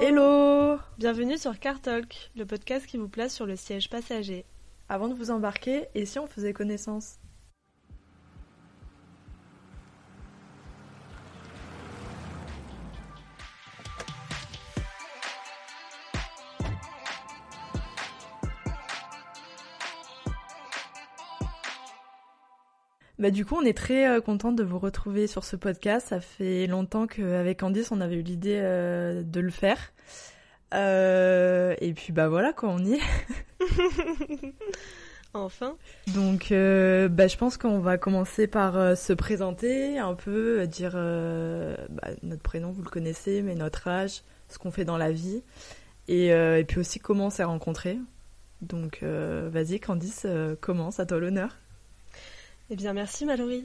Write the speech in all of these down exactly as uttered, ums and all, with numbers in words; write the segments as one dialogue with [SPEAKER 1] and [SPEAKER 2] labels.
[SPEAKER 1] Hello!
[SPEAKER 2] Bienvenue sur Car Talk, le podcast qui vous place sur le siège passager.
[SPEAKER 1] Avant de vous embarquer, et si on faisait connaissance? Bah du coup, on est très euh, contente de vous retrouver sur ce podcast. Ça fait longtemps qu'avec Candice, on avait eu l'idée euh, de le faire. Euh, et puis bah voilà, quoi, on y est.
[SPEAKER 2] Enfin.
[SPEAKER 1] Donc euh, bah, je pense qu'on va commencer par euh, se présenter un peu, euh, dire euh, bah, notre prénom, vous le connaissez, mais notre âge, ce qu'on fait dans la vie. Et, euh, et puis aussi comment on s'est rencontrés. Donc euh, vas-y Candice, euh, commence, à toi l'honneur.
[SPEAKER 2] Eh bien, merci Mallory.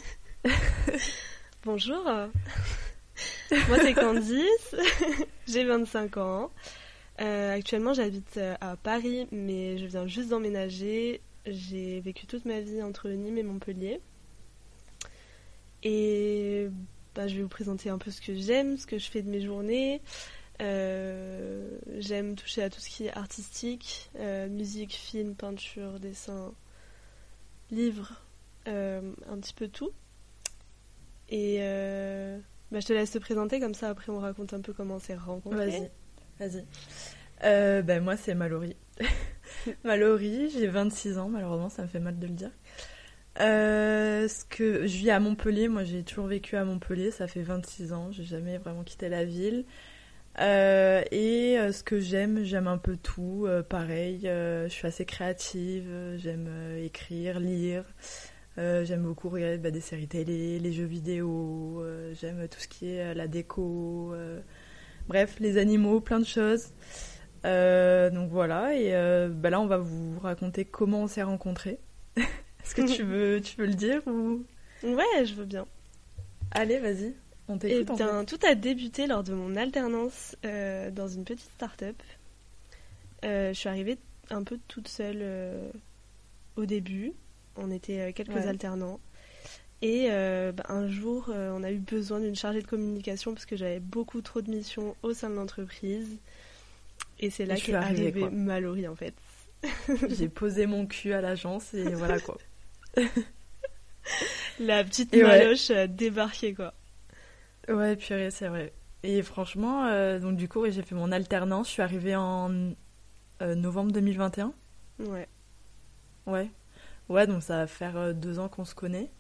[SPEAKER 2] Bonjour. Moi, c'est Candice. J'ai vingt-cinq ans. Euh, actuellement, j'habite à Paris, mais je viens juste d'emménager. J'ai vécu toute ma vie entre Nîmes et Montpellier. Et bah, je vais vous présenter un peu ce que j'aime, ce que je fais de mes journées. Euh, j'aime toucher à tout ce qui est artistique, euh, musique, film, peinture, dessin, livres. Euh, un petit peu tout. Et euh, bah, je te laisse te présenter, comme ça après on raconte un peu comment on s'est rencontrés.
[SPEAKER 1] Vas-y, vas-y. Euh, bah, moi c'est Mallory. Mallory, j'ai vingt-six ans, malheureusement ça me fait mal de le dire. Euh, ce que, je vis à Montpellier, moi j'ai toujours vécu à Montpellier, ça fait vingt-six ans, j'ai jamais vraiment quitté la ville. Euh, et euh, ce que j'aime, j'aime un peu tout, euh, pareil, euh, je suis assez créative, j'aime euh, écrire, lire. Euh, j'aime beaucoup regarder bah, des séries télé, les jeux vidéo, euh, j'aime tout ce qui est euh, la déco, euh, bref, les animaux, plein de choses. Euh, donc voilà, et euh, bah, là on va vous raconter comment on s'est rencontrés. Est-ce que tu veux, tu veux le dire ou...
[SPEAKER 2] Ouais, je veux bien.
[SPEAKER 1] Allez, vas-y, on t'écoute.
[SPEAKER 2] Eh bien, tout a débuté lors de mon alternance euh, dans une petite start-up. Euh, je suis arrivée un peu toute seule euh, au début. On était quelques ouais. alternants. Et euh, bah, un jour, euh, on a eu besoin d'une chargée de communication parce que j'avais beaucoup trop de missions au sein de l'entreprise. Et c'est là qu'est arrivée arrivée Mallory, en fait.
[SPEAKER 1] J'ai posé mon cul à l'agence et voilà, quoi.
[SPEAKER 2] La petite et Maloche ouais. débarquée, quoi.
[SPEAKER 1] Ouais, purée, c'est vrai. Et franchement, euh, donc du coup, j'ai fait mon alternance. Je suis arrivée en euh, novembre deux mille vingt et un.
[SPEAKER 2] Ouais.
[SPEAKER 1] Ouais. Ouais, donc ça va faire euh, deux ans qu'on se connaît.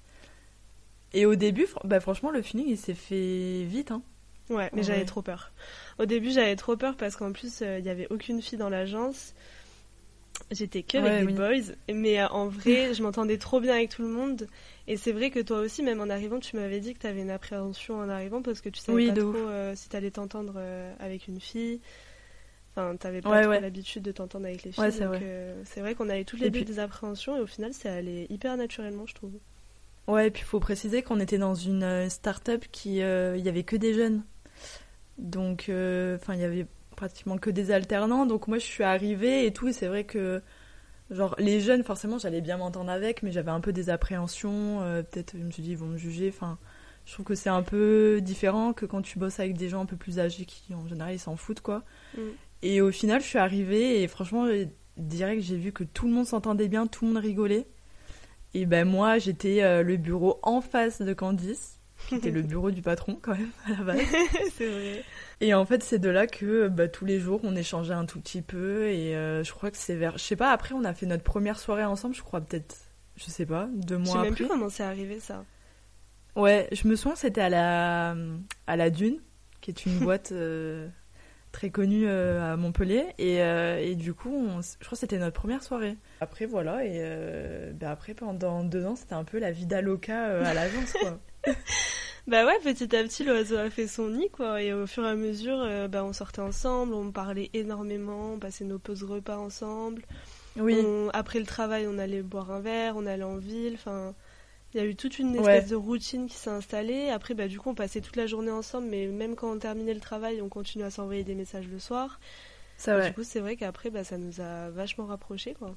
[SPEAKER 1] Et au début, fr- bah, franchement, le feeling, il s'est fait vite. Hein.
[SPEAKER 2] Ouais, mais ouais. J'avais trop peur. Au début, j'avais trop peur parce qu'en plus, il euh, n'y avait aucune fille dans l'agence. J'étais que avec ouais, des oui. boys. Mais euh, en vrai, je m'entendais trop bien avec tout le monde. Et c'est vrai que toi aussi, même en arrivant, tu m'avais dit que tu avais une appréhension en arrivant parce que tu savais oui, pas trop euh, si tu allais t'entendre euh, avec une fille. Enfin, t'avais pas
[SPEAKER 1] ouais,
[SPEAKER 2] trop
[SPEAKER 1] ouais.
[SPEAKER 2] l'habitude de t'entendre avec les filles,
[SPEAKER 1] ouais, c'est
[SPEAKER 2] donc
[SPEAKER 1] vrai.
[SPEAKER 2] Euh, c'est vrai qu'on avait toutes les et deux puis... des appréhensions et au final, c'est allé hyper naturellement, je trouve.
[SPEAKER 1] Ouais, et puis il faut préciser qu'on était dans une euh, start-up qui, euh, il y avait que des jeunes, donc, enfin, euh, il y avait pratiquement que des alternants, donc moi je suis arrivée et tout, et c'est vrai que, genre, les jeunes, forcément, j'allais bien m'entendre avec, mais j'avais un peu des appréhensions, euh, peut-être, je me suis dit, ils vont me juger, enfin... Je trouve que c'est un peu différent que quand tu bosses avec des gens un peu plus âgés qui, en général, ils s'en foutent, quoi. Mm. Et au final, je suis arrivée et franchement, direct, j'ai vu que tout le monde s'entendait bien, tout le monde rigolait. Et ben moi, j'étais euh, le bureau en face de Candice, qui était le bureau du patron, quand même, à la base.
[SPEAKER 2] C'est vrai.
[SPEAKER 1] Et en fait, c'est de là que bah, tous les jours, on échangeait un tout petit peu. Et euh, je crois que c'est vers... Je sais pas, après, on a fait notre première soirée ensemble, je crois peut-être, je sais pas, deux mois après.
[SPEAKER 2] Je sais même plus comment c'est arrivé, ça.
[SPEAKER 1] Ouais, je me souviens que c'était à la, à la Dune, qui est une boîte euh, très connue euh, à Montpellier. Et, euh, et du coup, on, je crois que c'était notre première soirée. Après, voilà, et euh, bah après, pendant deux ans, c'était un peu la vida loca euh, à l'agence, quoi.
[SPEAKER 2] Bah ouais, petit à petit, l'oiseau a fait son nid, quoi. Et au fur et à mesure, euh, bah, on sortait ensemble, on parlait énormément, on passait nos pauses repas ensemble.
[SPEAKER 1] Oui.
[SPEAKER 2] On, après le travail, on allait boire un verre, on allait en ville, enfin... Il y a eu toute une espèce ouais. de routine qui s'est installée. Après, bah, du coup, on passait toute la journée ensemble, mais même quand on terminait le travail, on continuait à s'envoyer des messages le soir.
[SPEAKER 1] Ça, ouais.
[SPEAKER 2] Du coup, c'est vrai qu'après, bah, ça nous a vachement rapprochés, quoi.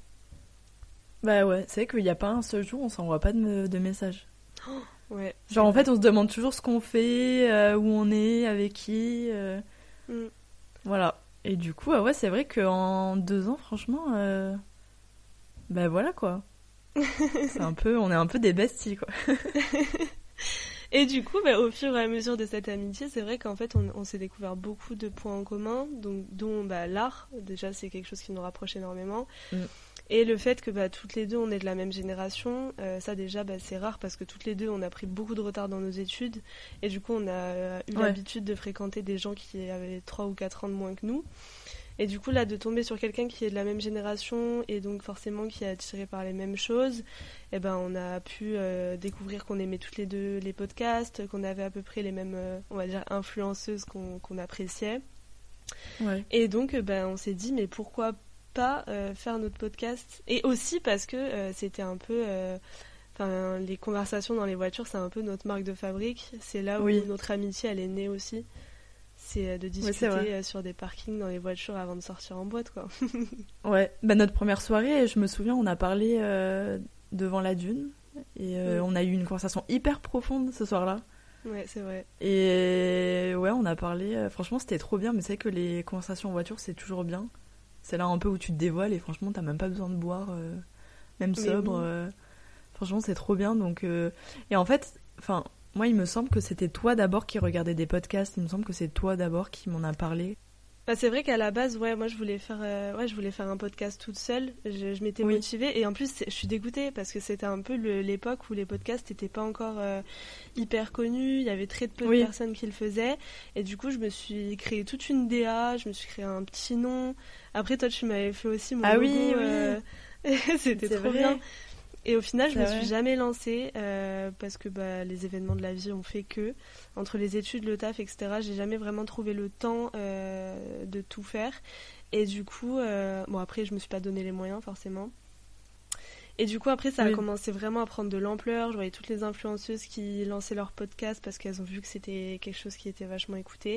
[SPEAKER 1] Bah ouais, c'est vrai qu'il n'y a pas un seul jour où on s'envoie pas de, de messages.
[SPEAKER 2] Oh, ouais.
[SPEAKER 1] Genre, en
[SPEAKER 2] vrai.
[SPEAKER 1] fait, on se demande toujours ce qu'on fait, euh, où on est, avec qui. Euh...
[SPEAKER 2] Mm.
[SPEAKER 1] Voilà. Et du coup, ah ouais, c'est vrai qu'en deux ans, franchement, euh... ben voilà quoi. C'est un peu, on est un peu des besties quoi.
[SPEAKER 2] Et du coup, bah, au fur et à mesure de cette amitié, c'est vrai qu'en fait, on, on s'est découvert beaucoup de points en commun, donc, dont bah, l'art, déjà, c'est quelque chose qui nous rapproche énormément. Mm. Et le fait que bah, toutes les deux, on est de la même génération, euh, ça déjà, bah, c'est rare parce que toutes les deux, on a pris beaucoup de retard dans nos études. Et du coup, on a euh, eu ouais. l'habitude de fréquenter des gens qui avaient trois ou quatre ans de moins que nous. Et du coup, là, de tomber sur quelqu'un qui est de la même génération et donc forcément qui est attiré par les mêmes choses, eh ben, on a pu euh, découvrir qu'on aimait toutes les deux les podcasts, qu'on avait à peu près les mêmes, euh, on va dire, influenceuses qu'on, qu'on appréciait. Ouais. Et donc, ben, on s'est dit, mais pourquoi pas euh, faire notre podcast ? Et aussi parce que euh, c'était un peu... Enfin, euh, les conversations dans les voitures, c'est un peu notre marque de fabrique. C'est là où oui. notre amitié, elle est née aussi. C'est de discuter ouais, sur des parkings dans les voitures avant de sortir en boîte, quoi.
[SPEAKER 1] Ouais, bah, notre première soirée, je me souviens, on a parlé euh, devant la dune et euh, mmh. on a eu une conversation hyper profonde ce soir-là.
[SPEAKER 2] Ouais, c'est vrai.
[SPEAKER 1] Et ouais, on a parlé, euh, franchement, c'était trop bien, mais c'est vrai que les conversations en voiture, c'est toujours bien. C'est là un peu où tu te dévoiles et franchement, t'as même pas besoin de boire, euh, même sobre. Oui. Euh, franchement, c'est trop bien. Donc, euh... Et en fait, enfin... Moi, il me semble que c'était toi d'abord qui regardais des podcasts. Il me semble que c'est toi d'abord qui m'en a parlé.
[SPEAKER 2] Bah, c'est vrai qu'à la base, ouais, moi, je voulais faire, euh, ouais, je voulais faire un podcast toute seule. Je, je m'étais oui. motivée. Et en plus, je suis dégoûtée parce que c'était un peu le, l'époque où les podcasts n'étaient pas encore euh, hyper connus. Il y avait très peu oui. de personnes qui le faisaient. Et du coup, je me suis créé toute une D A. Je me suis créé un petit nom. Après, toi, tu m'avais fait aussi mon
[SPEAKER 1] ah
[SPEAKER 2] logo.
[SPEAKER 1] Oui,
[SPEAKER 2] euh...
[SPEAKER 1] oui.
[SPEAKER 2] C'était
[SPEAKER 1] c'est
[SPEAKER 2] trop
[SPEAKER 1] vrai.
[SPEAKER 2] bien. Et au final, je
[SPEAKER 1] c'est
[SPEAKER 2] me
[SPEAKER 1] vrai.
[SPEAKER 2] suis jamais lancée euh, parce que bah, les événements de la vie ont fait que, entre les études, le taf, et cetera, j'ai jamais vraiment trouvé le temps euh, de tout faire. Et du coup, euh, bon après, je me suis pas donné les moyens forcément. Et du coup, après, ça oui. a commencé vraiment à prendre de l'ampleur. Je voyais toutes les influenceuses qui lançaient leur podcast parce qu'elles ont vu que c'était quelque chose qui était vachement écouté.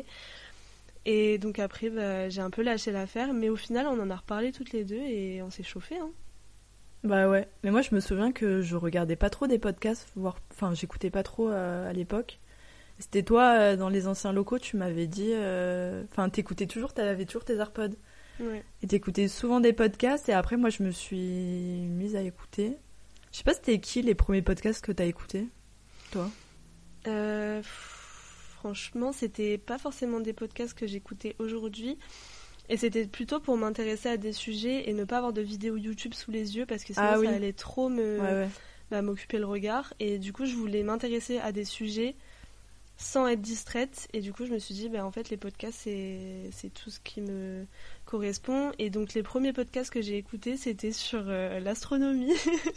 [SPEAKER 2] Et donc après, bah, j'ai un peu lâché l'affaire. Mais au final, on en a reparlé toutes les deux et on s'est chauffé, hein.
[SPEAKER 1] Bah ouais, mais moi je me souviens que je regardais pas trop des podcasts, voire, enfin j'écoutais pas trop euh, à l'époque. C'était toi, euh, dans les anciens locaux, tu m'avais dit, enfin euh, t'écoutais toujours, t'avais toujours tes AirPods.
[SPEAKER 2] Ouais.
[SPEAKER 1] Et t'écoutais souvent des podcasts et après moi je me suis mise à écouter. Je sais pas c'était qui les premiers podcasts que t'as écoutés, toi
[SPEAKER 2] euh, Franchement, c'était pas forcément des podcasts que j'écoutais aujourd'hui. Et c'était plutôt pour m'intéresser à des sujets et ne pas avoir de vidéos YouTube sous les yeux parce que sinon ah, ça oui. allait trop me,
[SPEAKER 1] ouais, ouais.
[SPEAKER 2] Bah, m'occuper le regard. Et du coup, je voulais m'intéresser à des sujets sans être distraite. Et du coup, je me suis dit, bah, en fait, les podcasts, c'est, c'est tout ce qui me correspond. Et donc, les premiers podcasts que j'ai écoutés, c'était sur euh, l'astronomie.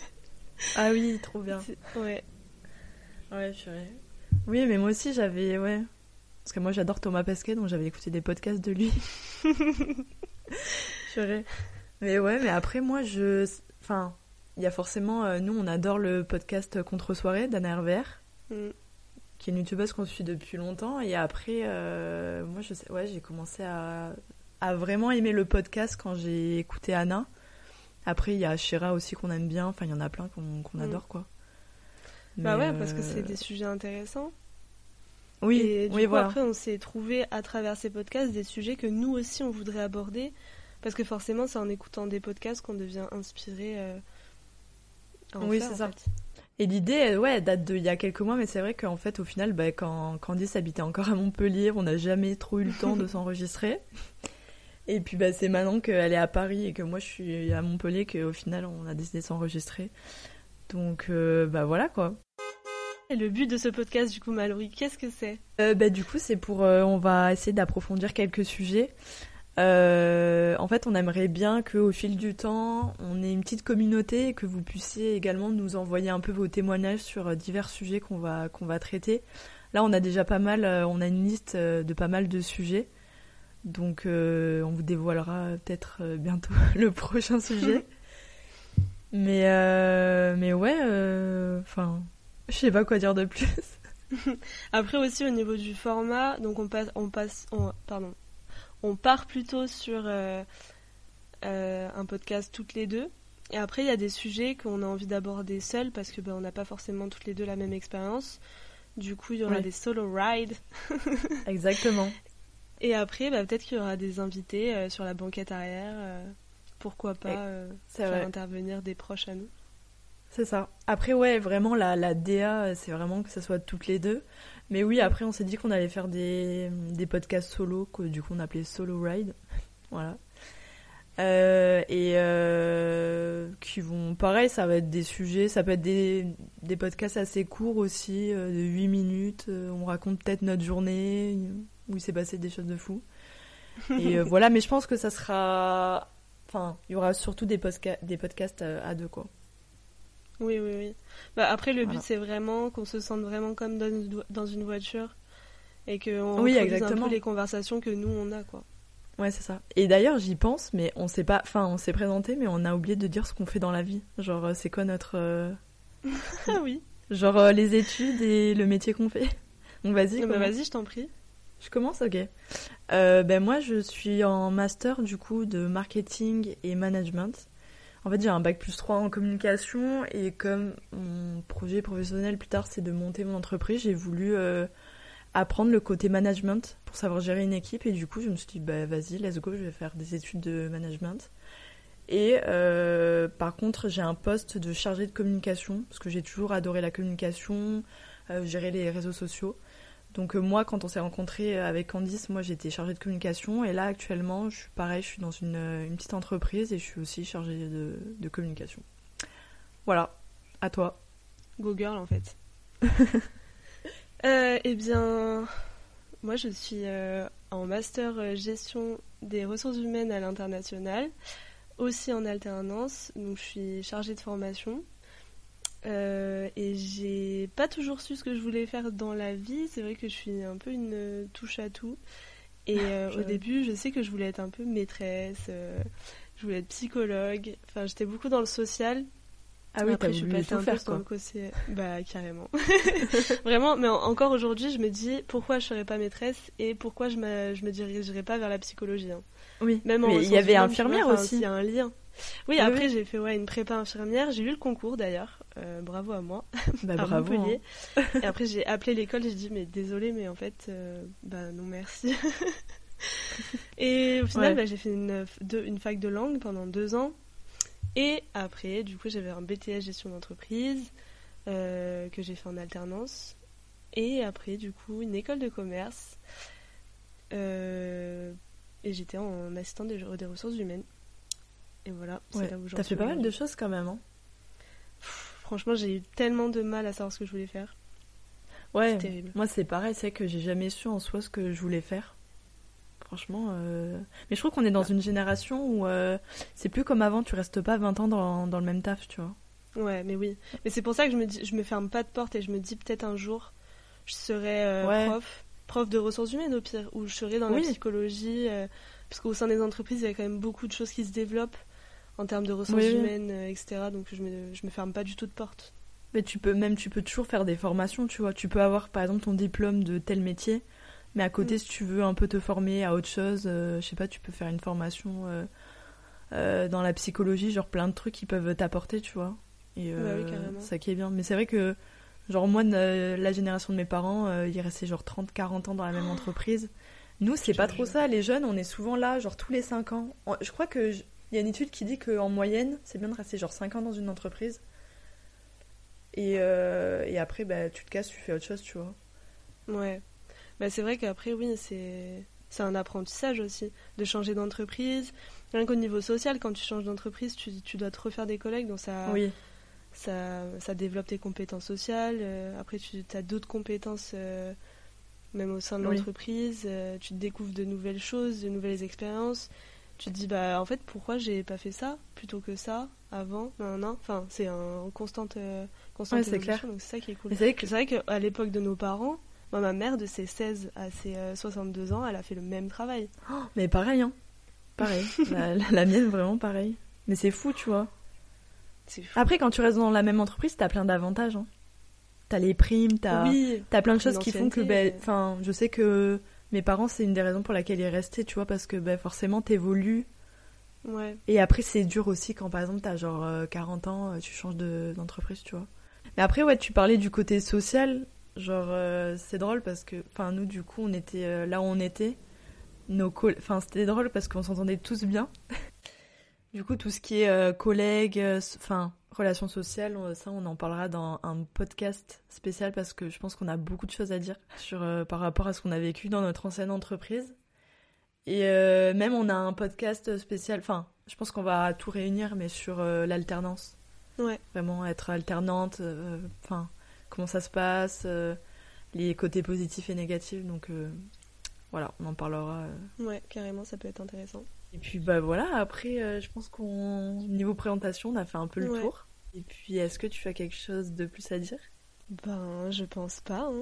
[SPEAKER 1] Ah oui, trop bien.
[SPEAKER 2] C'est... Ouais.
[SPEAKER 1] Ouais, je suis... Oui, mais moi aussi, j'avais... Ouais. Parce que moi, j'adore Thomas Pesquet, donc j'avais écouté des podcasts de lui. Purée. Mais ouais, mais après, moi, je... Enfin, il y a forcément... Euh, nous, on adore le podcast Contre-soirée d'Anna Hervère, mm. qui est une youtubeuse qu'on suit depuis longtemps. Et après, euh, moi, je sais... Ouais, j'ai commencé à... à vraiment aimer le podcast quand j'ai écouté Anna. Après, il y a Shira aussi qu'on aime bien. Enfin, il y en a plein qu'on, qu'on adore, quoi.
[SPEAKER 2] Bah mais ouais, euh... parce que c'est des sujets intéressants.
[SPEAKER 1] Oui,
[SPEAKER 2] et du
[SPEAKER 1] oui,
[SPEAKER 2] coup,
[SPEAKER 1] voilà.
[SPEAKER 2] Après, on s'est trouvé à travers ces podcasts des sujets que nous aussi on voudrait aborder, parce que forcément, c'est en écoutant des podcasts qu'on devient inspiré. Euh, à en
[SPEAKER 1] oui,
[SPEAKER 2] faire,
[SPEAKER 1] c'est
[SPEAKER 2] en
[SPEAKER 1] ça.
[SPEAKER 2] Fait.
[SPEAKER 1] Et l'idée, ouais, date d'il y a quelques mois, mais c'est vrai qu'en fait, au final, bah, quand Candice habitait encore à Montpellier, on n'a jamais trop eu le temps de s'enregistrer. Et puis, bah, c'est maintenant qu'elle est à Paris et que moi, je suis à Montpellier qu'au final, on a décidé de s'enregistrer. Donc, euh, bah voilà, quoi.
[SPEAKER 2] Et le but de ce podcast, du coup, Mallory, qu'est-ce que c'est ?
[SPEAKER 1] euh, bah, Du coup, c'est pour... Euh, on va essayer d'approfondir quelques sujets. Euh, en fait, on aimerait bien qu'au fil du temps, on ait une petite communauté et que vous puissiez également nous envoyer un peu vos témoignages sur divers sujets qu'on va, qu'on va traiter. Là, on a déjà pas mal... Euh, on a une liste de pas mal de sujets. Donc, euh, on vous dévoilera peut-être euh, bientôt le prochain sujet. mais, euh, mais ouais, enfin... Euh, je sais pas quoi dire de plus.
[SPEAKER 2] Après aussi au niveau du format, donc on passe, on passe, on, pardon, on part plutôt sur euh, euh, un podcast toutes les deux. Et après il y a des sujets qu'on a envie d'aborder seuls parce que ben on n'a pas forcément toutes les deux la même expérience. Du coup il y aura oui. des solo rides.
[SPEAKER 1] Exactement.
[SPEAKER 2] Et après, bah, peut-être qu'il y aura des invités euh, sur la banquette arrière. Euh, pourquoi pas euh, faire vrai. intervenir des proches à nous.
[SPEAKER 1] C'est ça. Après, ouais, vraiment, la, la D A, c'est vraiment que ça soit toutes les deux. Mais oui, après, on s'est dit qu'on allait faire des, des podcasts solo, que du coup, on appelait Solo Ride. Voilà. Euh, et euh, qui vont... Pareil, ça va être des sujets, ça peut être des, des podcasts assez courts aussi, euh, de huit minutes. Euh, on raconte peut-être notre journée, où il s'est passé des choses de fou. Et euh, voilà, mais je pense que ça sera... Enfin, il y aura surtout des, posca- des podcasts à, à deux, quoi.
[SPEAKER 2] Oui, oui, oui. Bah, après, le
[SPEAKER 1] Voilà.
[SPEAKER 2] but, c'est vraiment qu'on se sente vraiment comme dans une, dans une voiture et qu'on
[SPEAKER 1] oui,
[SPEAKER 2] reproduise
[SPEAKER 1] exactement.
[SPEAKER 2] un peu les conversations que nous, on a, quoi.
[SPEAKER 1] Ouais, c'est ça. Et d'ailleurs, j'y pense, mais on s'est pas... Enfin, on s'est présenté, mais on a oublié de dire ce qu'on fait dans la vie. Genre, c'est quoi notre... Euh...
[SPEAKER 2] ah oui.
[SPEAKER 1] Genre, euh, les études et le métier qu'on fait. Donc, vas-y.
[SPEAKER 2] Bah, vas-y, je t'en prie.
[SPEAKER 1] Je commence, ok. Euh, ben moi, je suis en master du coup de marketing et management. En fait, j'ai un bac plus trois en communication et comme mon projet professionnel plus tard, c'est de monter mon entreprise, j'ai voulu euh, apprendre le côté management pour savoir gérer une équipe et du coup, je me suis dit, bah vas-y, let's go, je vais faire des études de management. Et euh, par contre, j'ai un poste de chargé de communication parce que j'ai toujours adoré la communication, euh, gérer les réseaux sociaux. Donc euh, moi, quand on s'est rencontrés avec Candice, moi j'étais chargée de communication et là actuellement, je suis pareil, je suis dans une, une petite entreprise et je suis aussi chargée de, de communication. Voilà, à toi.
[SPEAKER 2] Go girl en fait. euh, eh bien, moi je suis euh, en master gestion des ressources humaines à l'international, aussi en alternance, donc je suis chargée de formation. Euh, et j'ai pas toujours su ce que je voulais faire dans la vie. C'est vrai que je suis un peu une touche à tout. Et euh, au début, je sais que je voulais être un peu maîtresse, euh, je voulais être psychologue. Enfin, j'étais beaucoup dans le social.
[SPEAKER 1] Ah oui,
[SPEAKER 2] après,
[SPEAKER 1] t'as
[SPEAKER 2] je suis
[SPEAKER 1] voulu
[SPEAKER 2] passée
[SPEAKER 1] tout
[SPEAKER 2] un
[SPEAKER 1] faire,
[SPEAKER 2] peu
[SPEAKER 1] quoi.
[SPEAKER 2] dans le côté... Bah, carrément. Vraiment, mais en- encore aujourd'hui, je me dis pourquoi je serais pas maîtresse et pourquoi je, m'a- je me dirigerais pas vers la psychologie. Hein.
[SPEAKER 1] Oui,
[SPEAKER 2] Même en
[SPEAKER 1] mais il y avait
[SPEAKER 2] humaines,
[SPEAKER 1] infirmière
[SPEAKER 2] tu vois,
[SPEAKER 1] aussi.
[SPEAKER 2] Il y a un lien. Oui,
[SPEAKER 1] oui
[SPEAKER 2] après
[SPEAKER 1] oui.
[SPEAKER 2] j'ai fait ouais, une prépa infirmière, j'ai eu le concours d'ailleurs, euh, bravo à moi,
[SPEAKER 1] Bah,
[SPEAKER 2] à
[SPEAKER 1] bravo,
[SPEAKER 2] Montpellier.
[SPEAKER 1] Hein.
[SPEAKER 2] Et après j'ai appelé l'école, j'ai dit mais désolée mais en fait, euh, bah non merci. Et au final
[SPEAKER 1] Ouais.
[SPEAKER 2] bah, j'ai fait une, deux, une fac de langue pendant deux ans. Et après du coup j'avais un B T S gestion d'entreprise euh, que j'ai fait en alternance. Et après du coup une école de commerce. Euh, et j'étais en assistante des, des ressources humaines. Et voilà, c'est
[SPEAKER 1] Ouais.
[SPEAKER 2] là où j'en
[SPEAKER 1] T'as
[SPEAKER 2] suis
[SPEAKER 1] fait pas mal de
[SPEAKER 2] aujourd'hui.
[SPEAKER 1] choses quand même, hein.
[SPEAKER 2] Pff, franchement, j'ai eu tellement de mal à savoir ce que je voulais faire.
[SPEAKER 1] Ouais,
[SPEAKER 2] C'est terrible.
[SPEAKER 1] moi c'est pareil, c'est que j'ai jamais su en soi ce que je voulais faire. Franchement, euh... mais je trouve qu'on est dans une génération où euh, c'est plus comme avant, tu restes pas vingt ans dans, dans le même taf, tu vois.
[SPEAKER 2] Ouais, mais oui. Mais c'est pour ça que je me, dis, je me ferme pas de porte et je me dis peut-être un jour, je serai euh,
[SPEAKER 1] Ouais.
[SPEAKER 2] prof, prof de ressources humaines au pire, ou je serai dans
[SPEAKER 1] Oui.
[SPEAKER 2] la psychologie, euh, parce qu'au sein des entreprises, il y a quand même beaucoup de choses qui se développent en termes de ressources
[SPEAKER 1] Oui, oui.
[SPEAKER 2] humaines, euh, et cetera. Donc je me, je me ferme pas du tout de porte.
[SPEAKER 1] Mais tu peux même tu peux toujours faire des formations, tu vois. Tu peux avoir par exemple ton diplôme de tel métier, mais à côté
[SPEAKER 2] Mm.
[SPEAKER 1] si tu veux un peu te former à autre chose, euh, je sais pas, tu peux faire une formation euh, euh, dans la psychologie, genre plein de trucs qui peuvent t'apporter, tu vois. Et
[SPEAKER 2] Bah
[SPEAKER 1] euh,
[SPEAKER 2] oui, carrément.
[SPEAKER 1] ça qui est bien. Mais c'est vrai que genre moi de la génération de mes parents, euh, ils restaient genre trente quarante ans dans la même entreprise. Nous, c'est
[SPEAKER 2] Je
[SPEAKER 1] pas
[SPEAKER 2] te
[SPEAKER 1] trop
[SPEAKER 2] jure.
[SPEAKER 1] ça, les jeunes, on est souvent là genre tous les cinq ans. En- Je crois que je- il y a une étude qui dit qu'en moyenne, c'est bien de rester genre cinq ans dans une entreprise. Et, euh, et après, bah, tu te casses, tu fais autre chose, tu vois.
[SPEAKER 2] Ouais. Bah, c'est vrai qu'après, oui, c'est... c'est un apprentissage aussi, de changer d'entreprise. Rien qu'au niveau social, quand tu changes d'entreprise, tu, tu dois te refaire des collègues, donc ça,
[SPEAKER 1] Oui,
[SPEAKER 2] ça, ça développe tes compétences sociales. Euh, après, tu as d'autres compétences, euh, même au sein de
[SPEAKER 1] Oui.
[SPEAKER 2] l'entreprise. Euh, tu découvres de nouvelles choses, de nouvelles expériences. Tu te dis, bah, en fait, pourquoi j'ai pas fait ça plutôt que ça avant? Non, non. Enfin, c'est un constante, euh, constante
[SPEAKER 1] Ouais, c'est
[SPEAKER 2] évolution,
[SPEAKER 1] clair.
[SPEAKER 2] donc c'est ça qui est cool.
[SPEAKER 1] mais c'est vrai que...
[SPEAKER 2] C'est vrai qu'à l'époque de nos parents, moi, ma mère, de ses seize à ses euh, soixante-deux ans, elle a fait le même travail.
[SPEAKER 1] Oh, mais pareil, hein. Pareil. la, la- la mienne, vraiment pareil. Mais c'est fou, tu vois.
[SPEAKER 2] C'est fou.
[SPEAKER 1] Après, quand tu restes dans la même entreprise, t'as plein d'avantages, hein. T'as les primes, t'as...
[SPEAKER 2] Oui,
[SPEAKER 1] T'as plein de
[SPEAKER 2] Une
[SPEAKER 1] choses qui font que, ben,
[SPEAKER 2] ancienneté.
[SPEAKER 1] enfin, je sais que mes parents, c'est une des raisons pour laquelle ils restaient, tu vois, parce que, ben, forcément, t'évolues.
[SPEAKER 2] ouais.
[SPEAKER 1] Et après, c'est dur aussi quand, par exemple, t'as genre euh, quarante ans, euh, tu changes de, d'entreprise, tu vois. Mais après, ouais, tu parlais du côté social. Genre, euh, c'est drôle parce que, enfin, nous, du coup, on était euh, là où on était. nos coll- enfin c'était drôle parce qu'on s'entendait tous bien. Du coup, tout ce qui est euh, collègues, enfin euh, relations sociales, on, ça on en parlera dans un podcast spécial parce que je pense qu'on a beaucoup de choses à dire sur euh, par rapport à ce qu'on a vécu dans notre ancienne entreprise. Et euh, même on a un podcast spécial, enfin je pense qu'on va tout réunir mais sur euh, l'alternance.
[SPEAKER 2] Ouais.
[SPEAKER 1] Vraiment être alternante, enfin euh, comment ça se passe, euh, les côtés positifs et négatifs, donc euh, voilà, on en parlera. Euh.
[SPEAKER 2] Ouais, carrément, ça peut être intéressant.
[SPEAKER 1] Et puis bah voilà, après euh, je pense qu'on niveau présentation on a fait un peu le
[SPEAKER 2] ouais.
[SPEAKER 1] tour. Et puis est-ce que tu as quelque chose de plus à dire?
[SPEAKER 2] Ben je pense pas. Hein.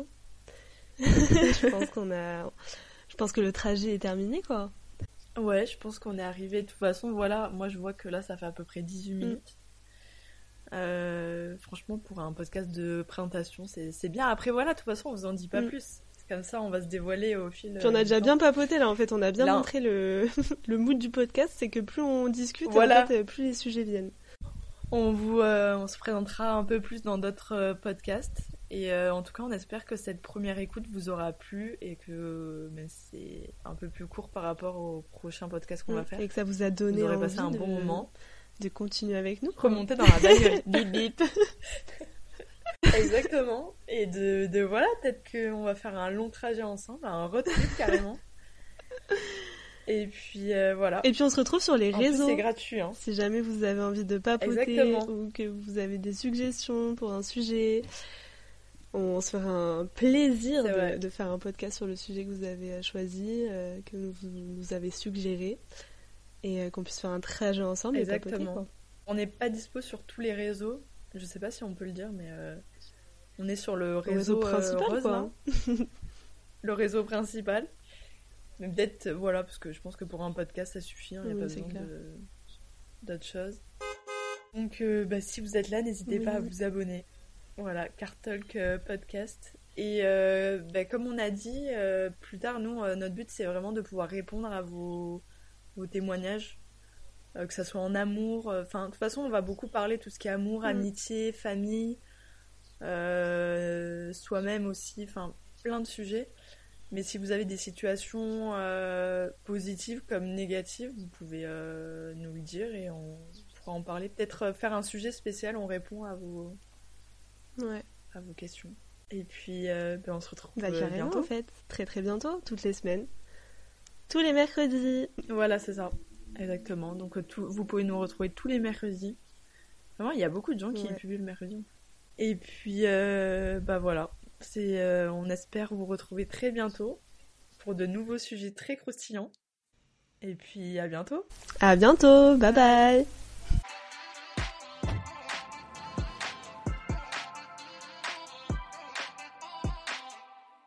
[SPEAKER 2] je pense qu'on a, je pense que le trajet est terminé quoi.
[SPEAKER 1] Ouais, je pense qu'on est arrivé. De toute façon voilà, moi je vois que là ça fait à peu près dix-huit minutes. Mm. Euh, franchement pour un podcast de présentation c'est, c'est bien. Après voilà, de toute façon on vous en dit pas mm. plus. Comme ça, on va se dévoiler au fil.
[SPEAKER 2] Puis on a déjà temps. bien papoté là, en fait, on a bien là, montré le le mood du podcast, c'est que plus on discute, voilà. en fait, plus les sujets viennent.
[SPEAKER 1] On vous, euh, on se présentera un peu plus dans d'autres euh, podcasts, et euh, en tout cas, on espère que cette première écoute vous aura plu et que même si c'est un peu plus court par rapport au prochain podcast qu'on mmh, va faire,
[SPEAKER 2] et que ça vous a donné
[SPEAKER 1] vous aurez
[SPEAKER 2] envie
[SPEAKER 1] passé un
[SPEAKER 2] de,
[SPEAKER 1] bon moment,
[SPEAKER 2] de continuer avec nous,
[SPEAKER 1] remonter dans la bagnole, bip bip. Exactement. Et de, de voilà, peut-être qu'on va faire un long trajet ensemble, un road trip carrément. Et puis euh, voilà.
[SPEAKER 2] Et puis on se retrouve sur les
[SPEAKER 1] en
[SPEAKER 2] réseaux.
[SPEAKER 1] Plus, c'est gratuit. Hein.
[SPEAKER 2] Si jamais vous avez envie de papoter Exactement. Ou que vous avez des suggestions pour un sujet, on se fera un plaisir de, de faire un podcast sur le sujet que vous avez choisi, euh, que vous nous avez suggéré, et euh, qu'on puisse faire un trajet ensemble.
[SPEAKER 1] Exactement.
[SPEAKER 2] Et papoter, quoi.
[SPEAKER 1] On n'est pas dispo sur tous les réseaux. Je sais pas si on peut le dire, mais euh, on est sur le réseau,
[SPEAKER 2] réseau principal,
[SPEAKER 1] euh, Rose,
[SPEAKER 2] quoi.
[SPEAKER 1] Le réseau principal. Mais peut-être, voilà, parce que je pense que pour un podcast, ça suffit. Il hein, n'y a
[SPEAKER 2] oui,
[SPEAKER 1] pas besoin de, d'autres choses. Donc, euh, bah, si vous êtes là, n'hésitez oui. pas à vous abonner. Voilà, Cartalk euh, Podcast. Et euh, bah, comme on a dit, euh, plus tard, nous, euh, notre but, c'est vraiment de pouvoir répondre à vos, vos témoignages. Euh, que ça soit en amour, enfin euh, de toute façon on va beaucoup parler tout ce qui est amour, mmh. amitié, famille, euh, soi-même aussi, enfin plein de sujets. Mais si vous avez des situations euh, positives comme négatives, vous pouvez euh, nous le dire et on pourra en parler. Peut-être faire un sujet spécial, on répond à vos,
[SPEAKER 2] ouais.
[SPEAKER 1] à vos questions. Et puis euh, ben on se retrouve
[SPEAKER 2] bah,
[SPEAKER 1] euh,
[SPEAKER 2] carrément,
[SPEAKER 1] bientôt.
[SPEAKER 2] En fait, très très bientôt, toutes les semaines, tous les mercredis.
[SPEAKER 1] Voilà, c'est ça. Exactement, donc tout, vous pouvez nous retrouver tous les mercredis. Vraiment, il y a beaucoup de gens qui ouais. publient le mercredi. Et puis, euh, bah voilà, c'est, euh, on espère vous retrouver très bientôt pour de nouveaux sujets très croustillants. Et puis, à bientôt.
[SPEAKER 2] À bientôt, bye bye.